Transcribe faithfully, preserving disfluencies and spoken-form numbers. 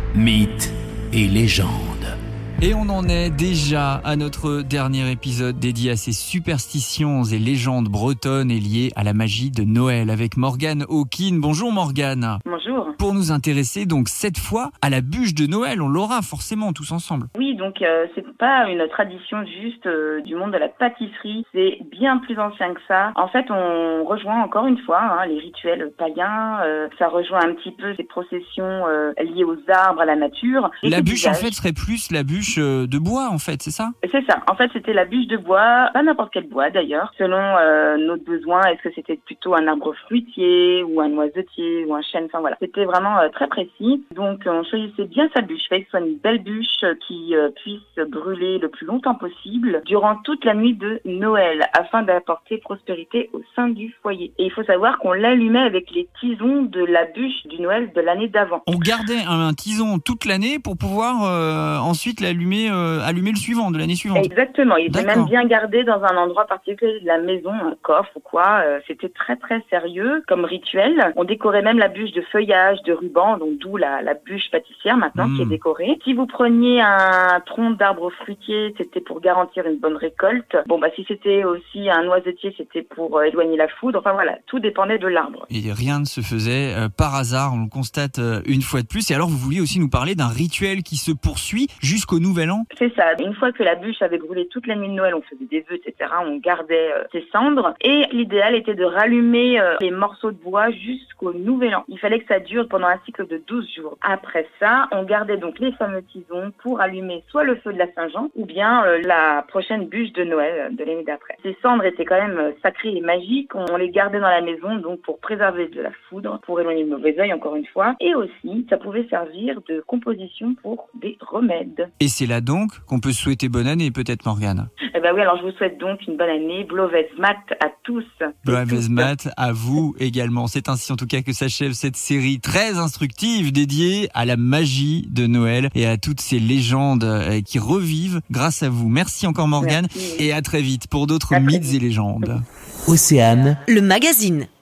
Mythes et légendes. Et on en est déjà à notre dernier épisode dédié à ces superstitions et légendes bretonnes et liées à la magie de Noël avec Morgane Hawkin. Bonjour Morgane. Bonjour. Pour nous intéresser donc cette fois à la bûche de Noël, on l'aura forcément tous ensemble. Oui, donc euh, c'est pas une tradition juste euh, du monde de la pâtisserie, c'est bien plus ancien que ça. En fait, on rejoint encore une fois hein, les rituels païens, euh, ça rejoint un petit peu ces processions euh, liées aux arbres, à la nature. La bûche en fait serait plus la bûche de bois en fait, c'est ça ? C'est ça, en fait c'était la bûche de bois, pas n'importe quel bois d'ailleurs, selon euh, notre besoin, est-ce que c'était plutôt un arbre fruitier ou un noisetier ou un chêne, enfin voilà, c'était vraiment euh, très précis. Donc on choisissait bien sa bûche, il fallait que ce soit une belle bûche qui euh, puisse brûler le plus longtemps possible durant toute la nuit de Noël afin d'apporter prospérité au sein du foyer. Et il faut savoir qu'on l'allumait avec les tisons de la bûche du Noël de l'année d'avant. On gardait un, un tison toute l'année pour pouvoir euh, ensuite l'allumer Allumer, euh, allumer le suivant, de l'année suivante. Exactement, il était D'accord. même bien gardé dans un endroit particulier de la maison, un coffre ou quoi. Euh, c'était très très sérieux comme rituel. On décorait même la bûche de feuillage, de ruban, donc d'où la, la bûche pâtissière maintenant mmh. qui est décorée. Si vous preniez un tronc d'arbre fruitier, c'était pour garantir une bonne récolte. Bon bah si c'était aussi un noisetier, c'était pour euh, éloigner la foudre. Enfin voilà, tout dépendait de l'arbre. Et rien ne se faisait euh, par hasard, on le constate euh, une fois de plus. Et alors vous vouliez aussi nous parler d'un rituel qui se poursuit jusqu'au Nouvel An ? C'est ça. Une fois que la bûche avait brûlé toute la nuit de Noël, on faisait des vœux, et cetera. On gardait euh, ses cendres. Et l'idéal était de rallumer euh, les morceaux de bois jusqu'au Nouvel An. Il fallait que ça dure pendant un cycle de douze jours. Après ça, on gardait donc les fameux tisons pour allumer soit le feu de la Saint-Jean ou bien euh, la prochaine bûche de Noël de l'année d'après. Ces cendres étaient quand même euh, sacrées et magiques. On les gardait dans la maison donc pour préserver de la foudre, pour éloigner le mauvais œil encore une fois. Et aussi, ça pouvait servir de composition pour des remèdes. Et c'est là donc qu'on peut souhaiter bonne année, peut-être, Morgane. Eh ben oui, alors je vous souhaite donc une bonne année. Blovezmat à tous. Blovezmat à vous également. C'est ainsi en tout cas que s'achève cette série très instructive dédiée à la magie de Noël et à toutes ces légendes qui revivent grâce à vous. Merci encore Morgane et à très vite pour d'autres mythes et légendes. Océane, le magazine.